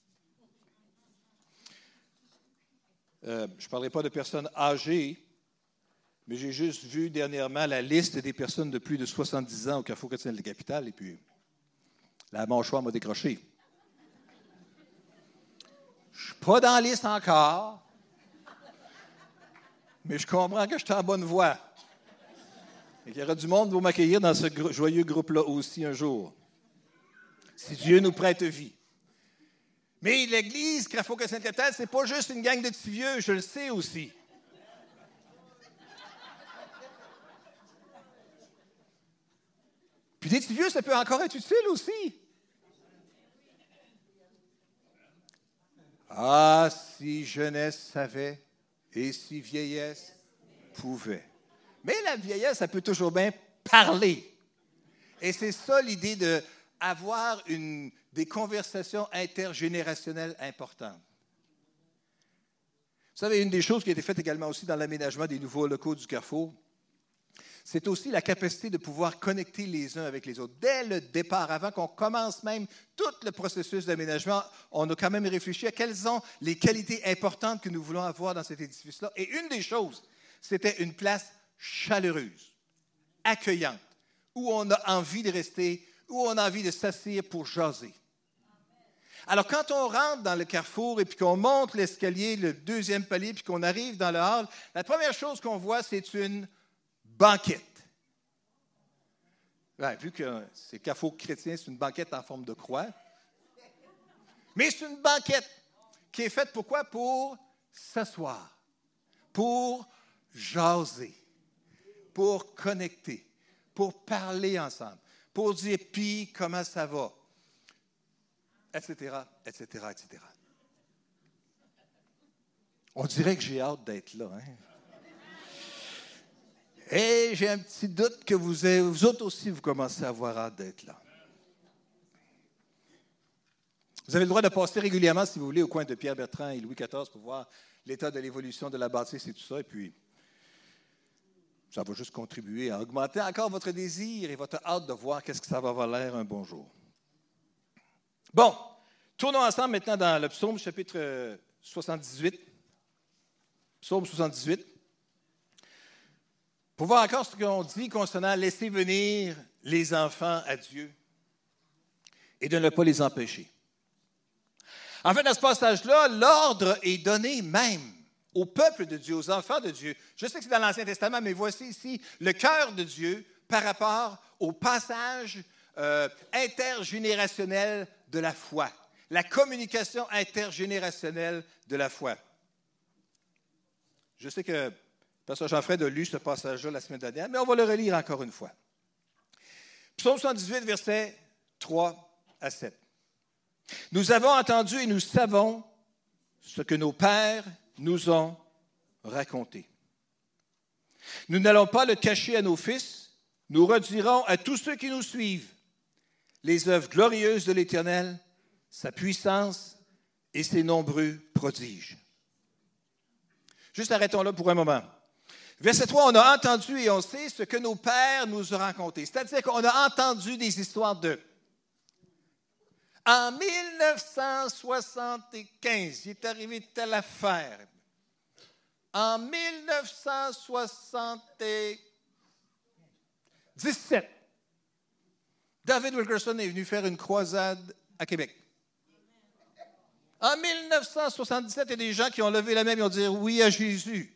Je ne parlerai pas de personnes âgées, mais j'ai juste vu dernièrement la liste des personnes de plus de 70 ans au Carrefour Chrétien-de-la-Capitale et puis la mâchoire m'a décroché. Je ne suis pas dans la liste encore, Mais je comprends que je suis en bonne voie. Et qu'il y aura du monde pour m'accueillir dans ce joyeux groupe-là aussi un jour. Si Dieu nous prête vie. Mais l'Église Carrefour-Sainte-Capitale, ce n'est pas juste une gang de petits vieux, je le sais aussi. Puis des petits vieux, ça peut encore être utile aussi. Ah, si jeunesse savait et si vieillesse pouvait. Mais la vieillesse, ça peut toujours bien parler. Et c'est ça l'idée d'avoir des conversations intergénérationnelles importantes. Vous savez, une des choses qui a été faite également aussi dans l'aménagement des nouveaux locaux du Carrefour, c'est aussi la capacité de pouvoir connecter les uns avec les autres. Dès le départ, avant qu'on commence même tout le processus d'aménagement, on a quand même réfléchi à quelles sont les qualités importantes que nous voulons avoir dans cet édifice-là. Et une des choses, c'était une place chaleureuse, accueillante, où on a envie de rester, où on a envie de s'asseoir pour jaser. Alors, quand on rentre dans le Carrefour et puis qu'on monte l'escalier, le deuxième palier, puis qu'on arrive dans le hall, la première chose qu'on voit, c'est une banquette. Ouais, vu que c'est Carrefour chrétien, c'est une banquette en forme de croix. Mais c'est une banquette qui est faite pourquoi? Pour s'asseoir, pour jaser, pour connecter, pour parler ensemble, pour dire « puis comment ça va ?» etc., etc., etc. On dirait que j'ai hâte d'être là, hein? Et j'ai un petit doute que vous autres aussi, vous commencez à avoir hâte d'être là. Vous avez le droit de passer régulièrement, si vous voulez, au coin de Pierre-Bertrand et Louis XIV pour voir l'état de l'évolution de la bâtisse et tout ça. Et puis, ça va juste contribuer à augmenter encore votre désir et votre hâte de voir qu'est-ce que ça va avoir l'air un bon jour. Bon, tournons ensemble maintenant dans le psaume chapitre 78. Psaume 78. Pour voir encore ce qu'on dit concernant laisser venir les enfants à Dieu et de ne pas les empêcher. En fait, dans ce passage-là, l'ordre est donné même au peuple de Dieu, aux enfants de Dieu. Je sais que c'est dans l'Ancien Testament, mais voici ici le cœur de Dieu par rapport au passage intergénérationnel de la foi, la communication intergénérationnelle de la foi. Je sais que Pasteur Jean-Fred a lu ce passage-là la semaine dernière, mais on va le relire encore une fois. Psaume 78, versets 3 à 7. « Nous avons entendu et nous savons ce que nos pères nous ont raconté. Nous n'allons pas le cacher à nos fils, nous redirons à tous ceux qui nous suivent les œuvres glorieuses de l'Éternel, sa puissance et ses nombreux prodiges. » Juste arrêtons là pour un moment. Verset 3, on a entendu et on sait ce que nos pères nous ont raconté. C'est-à-dire qu'on a entendu des histoires d'eux. En 1975, il est arrivé telle affaire. En 1977, David Wilkerson est venu faire une croisade à Québec. En 1977, il y a des gens qui ont levé la main et ont dit oui à Jésus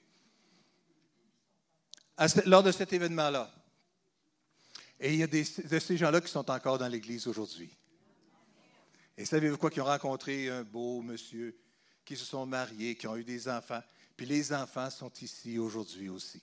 lors de cet événement-là. Et il y a de ces gens-là qui sont encore dans l'Église aujourd'hui. Et savez-vous quoi? Qui ont rencontré un beau monsieur, qui se sont mariés, qui ont eu des enfants. Puis les enfants sont ici aujourd'hui aussi.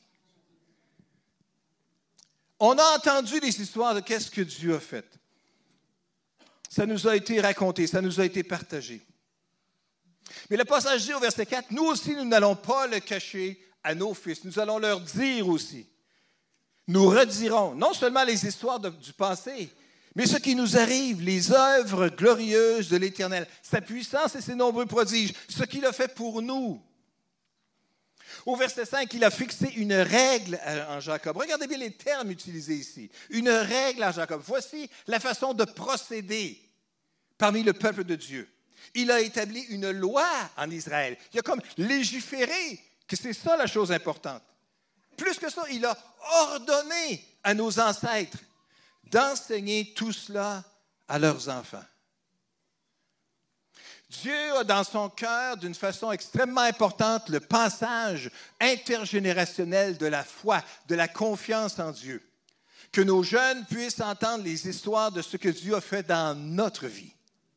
On a entendu des histoires de qu'est-ce que Dieu a fait. Ça nous a été raconté, ça nous a été partagé. Mais le passage dit au verset 4, « Nous aussi, nous n'allons pas le cacher à nos fils. Nous allons leur dire aussi. Nous redirons non seulement les histoires du passé, mais ce qui nous arrive, les œuvres glorieuses de l'Éternel, sa puissance et ses nombreux prodiges, ce qu'il a fait pour nous. » Au verset 5, il a fixé une règle en Jacob. Regardez bien les termes utilisés ici. Une règle en Jacob. Voici la façon de procéder parmi le peuple de Dieu. Il a établi une loi en Israël. Il a comme légiféré que c'est ça la chose importante. Plus que ça, il a ordonné à nos ancêtres d'enseigner tout cela à leurs enfants. Dieu a dans son cœur, d'une façon extrêmement importante, le passage intergénérationnel de la foi, de la confiance en Dieu. Que nos jeunes puissent entendre les histoires de ce que Dieu a fait dans notre vie.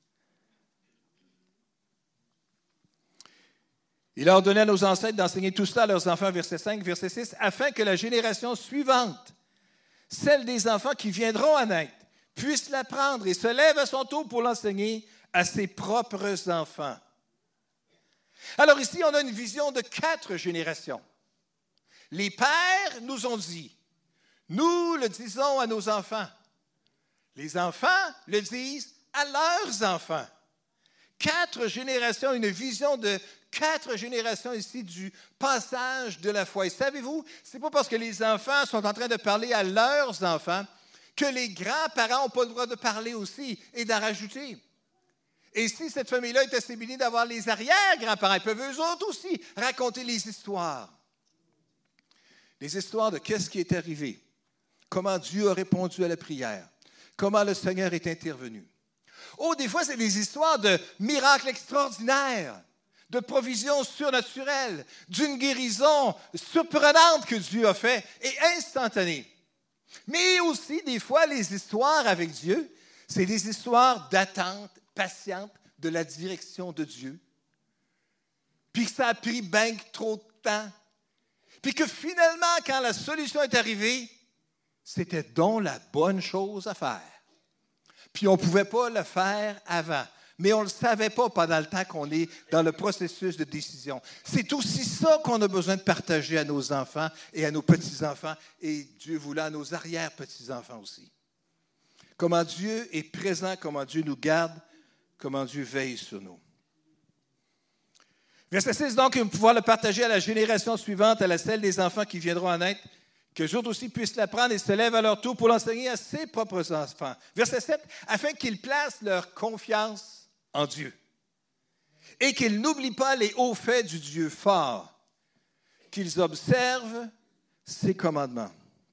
Il a ordonné à nos ancêtres d'enseigner tout cela à leurs enfants, verset 5, verset 6, afin que la génération suivante, celle des enfants qui viendront à naître, puisse l'apprendre et se lève à son tour pour l'enseigner à ses propres enfants. Alors ici, on a une vision de 4 générations. Les pères nous ont dit, nous le disons à nos enfants. Les enfants le disent à leurs enfants. 4 générations, une vision de 4 générations ici du passage de la foi. Et savez-vous, ce n'est pas parce que les enfants sont en train de parler à leurs enfants que les grands-parents n'ont pas le droit de parler aussi et d'en rajouter. Et si cette famille-là est assez bénie d'avoir les arrière-grands-parents, ils peuvent eux autres aussi raconter les histoires. Les histoires de qu'est-ce qui est arrivé, comment Dieu a répondu à la prière, comment le Seigneur est intervenu. Oh, des fois, c'est des histoires de miracles extraordinaires, de provisions surnaturelles, d'une guérison surprenante que Dieu a fait et instantanée. Mais aussi, des fois, les histoires avec Dieu, c'est des histoires d'attente patiente de la direction de Dieu. Puis que ça a pris bien trop de temps. Puis que finalement, quand la solution est arrivée, c'était donc la bonne chose à faire. Puis on ne pouvait pas le faire avant. Mais on ne le savait pas pendant le temps qu'on est dans le processus de décision. C'est aussi ça qu'on a besoin de partager à nos enfants et à nos petits-enfants et, Dieu voulant, à nos arrière-petits-enfants aussi. Comment Dieu est présent, comment Dieu nous garde, comment Dieu veille sur nous. Verset 6, donc, pouvoir le partager à la génération suivante, à celle des enfants qui viendront à naître, que eux aussi puissent l'apprendre et se lèvent à leur tour pour l'enseigner à ses propres enfants. Verset 7, afin qu'ils placent leur confiance en Dieu et qu'ils n'oublient pas les hauts faits du Dieu fort, qu'ils observent ses commandements.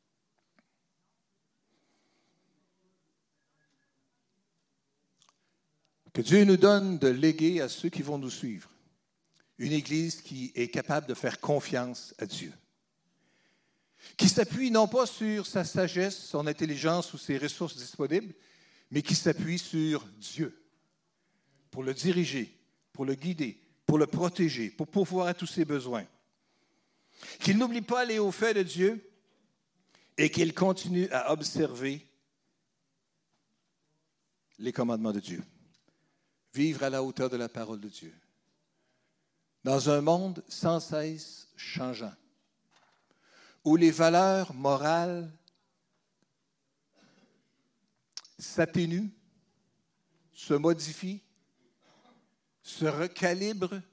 Que Dieu nous donne de léguer à ceux qui vont nous suivre une Église qui est capable de faire confiance à Dieu, qui s'appuie non pas sur sa sagesse, son intelligence ou ses ressources disponibles, mais qui s'appuie sur Dieu pour le diriger, pour le guider, pour le protéger, pour pourvoir à tous ses besoins. Qu'il n'oublie pas les hauts faits de Dieu et qu'il continue à observer les commandements de Dieu. Vivre à la hauteur de la parole de Dieu. Dans un monde sans cesse changeant, où les valeurs morales s'atténuent, se modifient, se recalibrent,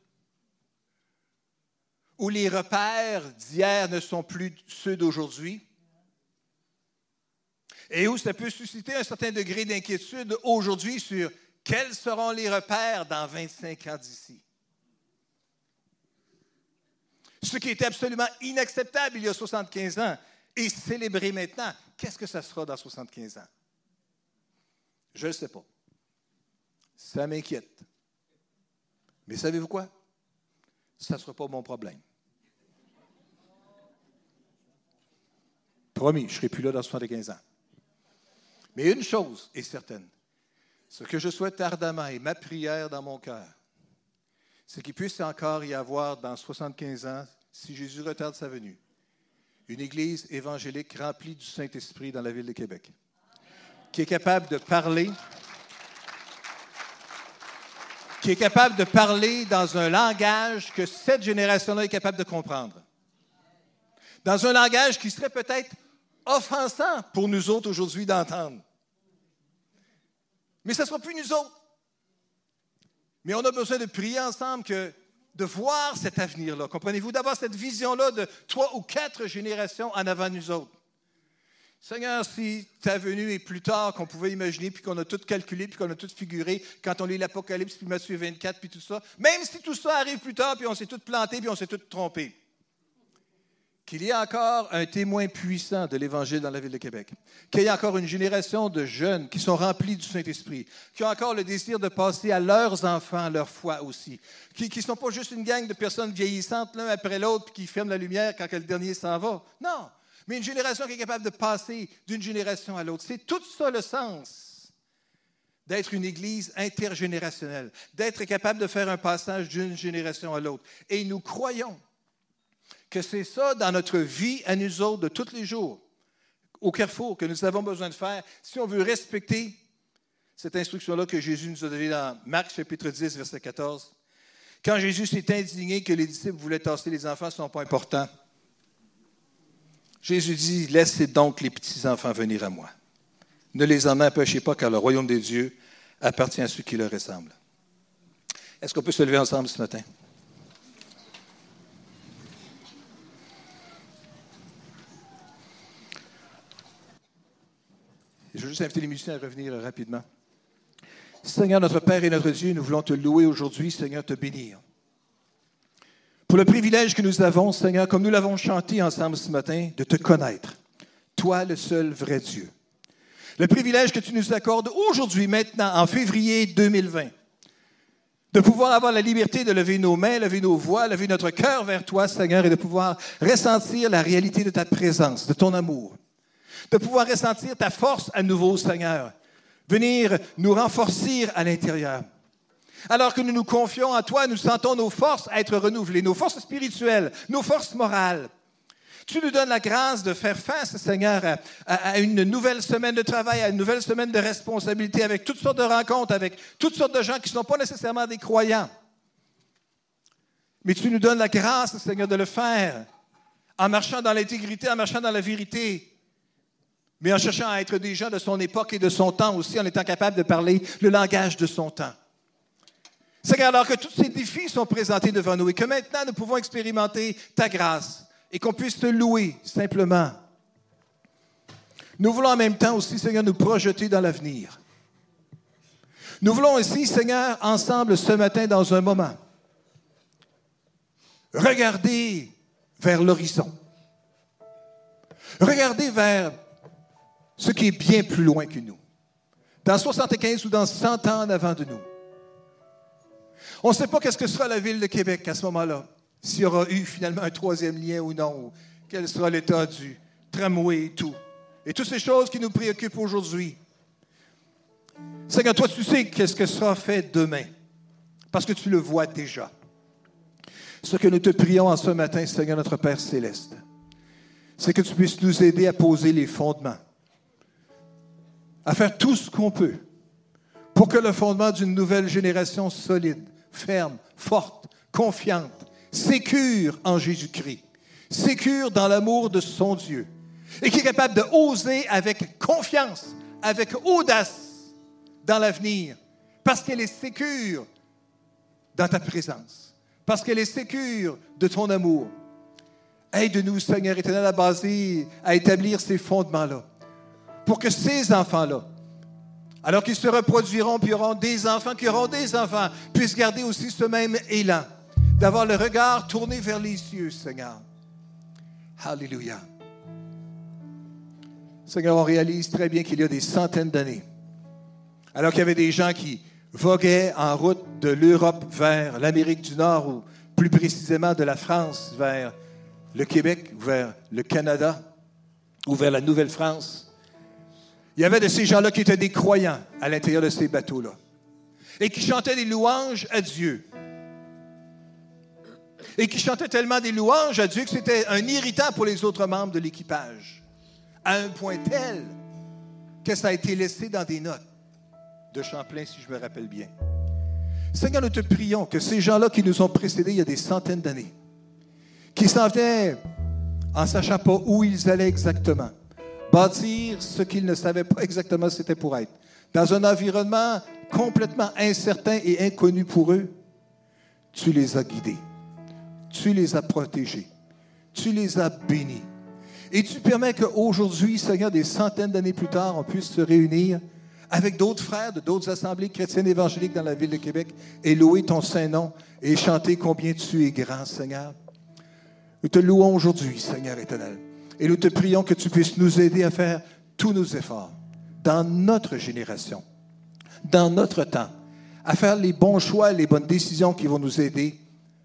où les repères d'hier ne sont plus ceux d'aujourd'hui, et où ça peut susciter un certain degré d'inquiétude aujourd'hui sur quels seront les repères dans 25 ans d'ici. Ce qui était absolument inacceptable il y a 75 ans est célébré maintenant. Qu'est-ce que ça sera dans 75 ans? Je ne sais pas. Ça m'inquiète. Mais savez-vous quoi? Ça ne sera pas mon problème. Promis, je ne serai plus là dans 75 ans. Mais une chose est certaine. Ce que je souhaite ardemment et ma prière dans mon cœur, c'est qu'il puisse encore y avoir dans 75 ans, si Jésus retarde sa venue, une Église évangélique remplie du Saint-Esprit dans la ville de Québec, qui est capable de parler dans un langage que cette génération-là est capable de comprendre. Dans un langage qui serait peut-être offensant pour nous autres aujourd'hui d'entendre. Mais ce ne sera plus nous autres. Mais on a besoin de prier ensemble, de voir cet avenir-là. Comprenez-vous? D'avoir cette vision-là de 3 ou 4 générations en avant de nous autres. Seigneur, si ta venue est plus tard qu'on pouvait imaginer, puis qu'on a tout calculé, puis qu'on a tout figuré, quand on lit l'Apocalypse, puis Matthieu 24, puis tout ça, même si tout ça arrive plus tard, puis on s'est tout planté, puis on s'est tout trompé, qu'il y ait encore un témoin puissant de l'Évangile dans la ville de Québec, qu'il y ait encore une génération de jeunes qui sont remplis du Saint-Esprit, qui ont encore le désir de passer à leurs enfants leur foi aussi, qui ne sont pas juste une gang de personnes vieillissantes l'un après l'autre puis qui ferment la lumière quand le dernier s'en va. Non, mais une génération qui est capable de passer d'une génération à l'autre. C'est tout ça le sens d'être une Église intergénérationnelle, d'être capable de faire un passage d'une génération à l'autre. Et nous croyons que c'est ça dans notre vie à nous autres de tous les jours, au Carrefour, que nous avons besoin de faire si on veut respecter cette instruction-là que Jésus nous a donnée dans Marc chapitre 10, verset 14. Quand Jésus s'est indigné que les disciples voulaient tasser les enfants, ce ne sont pas importants. Jésus dit, « Laissez donc les petits-enfants venir à moi. Ne les en empêchez pas, car le royaume des dieux appartient à ceux qui leur ressemblent. » Est-ce qu'on peut se lever ensemble ce matin? Je veux juste inviter les musiciens à revenir rapidement. Seigneur, notre Père et notre Dieu, nous voulons te louer aujourd'hui, Seigneur, te bénir. Pour le privilège que nous avons, Seigneur, comme nous l'avons chanté ensemble ce matin, de te connaître, toi le seul vrai Dieu. Le privilège que tu nous accordes aujourd'hui, maintenant, en février 2020, de pouvoir avoir la liberté de lever nos mains, lever nos voix, lever notre cœur vers toi, Seigneur, et de pouvoir ressentir la réalité de ta présence, de ton amour. De pouvoir ressentir ta force à nouveau, Seigneur. Venir nous renforcer à l'intérieur. Alors que nous nous confions en toi, nous sentons nos forces être renouvelées, nos forces spirituelles, nos forces morales. Tu nous donnes la grâce de faire face, Seigneur, à une nouvelle semaine de travail, à une nouvelle semaine de responsabilité, avec toutes sortes de rencontres, avec toutes sortes de gens qui ne sont pas nécessairement des croyants. Mais tu nous donnes la grâce, Seigneur, de le faire en marchant dans l'intégrité, en marchant dans la vérité, mais en cherchant à être des gens de son époque et de son temps aussi, en étant capable de parler le langage de son temps. Seigneur, alors que tous ces défis sont présentés devant nous et que maintenant nous pouvons expérimenter ta grâce et qu'on puisse te louer simplement. Nous voulons en même temps aussi, Seigneur, nous projeter dans l'avenir. Nous voulons aussi, Seigneur, ensemble ce matin dans un moment, regarder vers l'horizon. Regarder vers ce qui est bien plus loin que nous. Dans 75 ou dans 100 ans en avant de nous. On ne sait pas qu'est-ce que sera la ville de Québec à ce moment-là. S'il y aura eu finalement un troisième lien ou non. Ou quel sera l'état du tramway et tout. Et toutes ces choses qui nous préoccupent aujourd'hui. Seigneur, toi, tu sais qu'est-ce que sera fait demain. Parce que tu le vois déjà. Ce que nous te prions en ce matin, Seigneur, notre Père céleste, c'est que tu puisses nous aider à poser les fondements. À faire tout ce qu'on peut pour que le fondement d'une nouvelle génération solide, ferme, forte, confiante, sécure en Jésus-Christ, sécure dans l'amour de son Dieu, et qui est capable de oser avec confiance, avec audace dans l'avenir, parce qu'elle est sécure dans ta présence, parce qu'elle est sécure de ton amour. Aide-nous, Seigneur éternel, à établir ces fondements-là, pour que ces enfants-là, alors qu'ils se reproduiront, puis auront des enfants, qui auront des enfants, puissent garder aussi ce même élan, d'avoir le regard tourné vers les cieux, Seigneur. Alléluia. Seigneur, on réalise très bien qu'il y a des centaines d'années, alors qu'il y avait des gens qui voguaient en route de l'Europe vers l'Amérique du Nord, ou plus précisément de la France vers le Québec, vers le Canada, ou vers la Nouvelle-France. Il y avait de ces gens-là qui étaient des croyants à l'intérieur de ces bateaux-là et qui chantaient des louanges à Dieu. Et qui chantaient tellement des louanges à Dieu que c'était un irritant pour les autres membres de l'équipage, à un point tel que ça a été laissé dans des notes de Champlain, si je me rappelle bien. Seigneur, nous te prions que ces gens-là qui nous ont précédés il y a des centaines d'années, qui s'en venaient en ne sachant pas où ils allaient exactement, bâtir ce qu'ils ne savaient pas exactement ce que c'était pour être, dans un environnement complètement incertain et inconnu pour eux, tu les as guidés, tu les as protégés, tu les as bénis. Et tu permets qu'aujourd'hui, Seigneur, des centaines d'années plus tard, on puisse se réunir avec d'autres frères de d'autres assemblées chrétiennes évangéliques dans la ville de Québec et louer ton saint nom et chanter combien tu es grand, Seigneur. Nous te louons aujourd'hui, Seigneur éternel. Et nous te prions que tu puisses nous aider à faire tous nos efforts dans notre génération, dans notre temps, à faire les bons choix, les bonnes décisions qui vont nous aider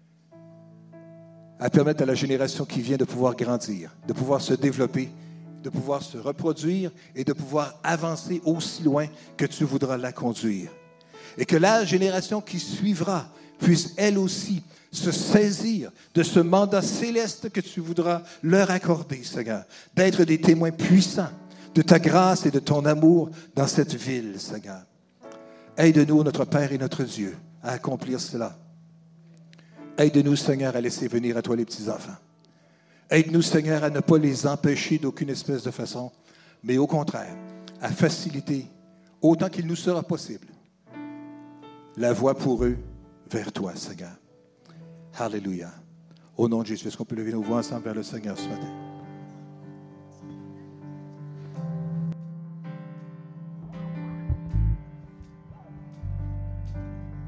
à permettre à la génération qui vient de pouvoir grandir, de pouvoir se développer, de pouvoir se reproduire et de pouvoir avancer aussi loin que tu voudras la conduire. Et que la génération qui suivra puisse elle aussi se saisir de ce mandat céleste que tu voudras leur accorder, Seigneur, d'être des témoins puissants de ta grâce et de ton amour dans cette ville, Seigneur. Aide-nous, notre Père et notre Dieu, à accomplir cela. Aide-nous, Seigneur, à laisser venir à toi les petits-enfants. Aide-nous, Seigneur, à ne pas les empêcher d'aucune espèce de façon, mais au contraire, à faciliter, autant qu'il nous sera possible, la voie pour eux vers toi, Seigneur. Alléluia. Au nom de Jésus, est-ce qu'on peut lever nos voix ensemble vers le Seigneur ce matin?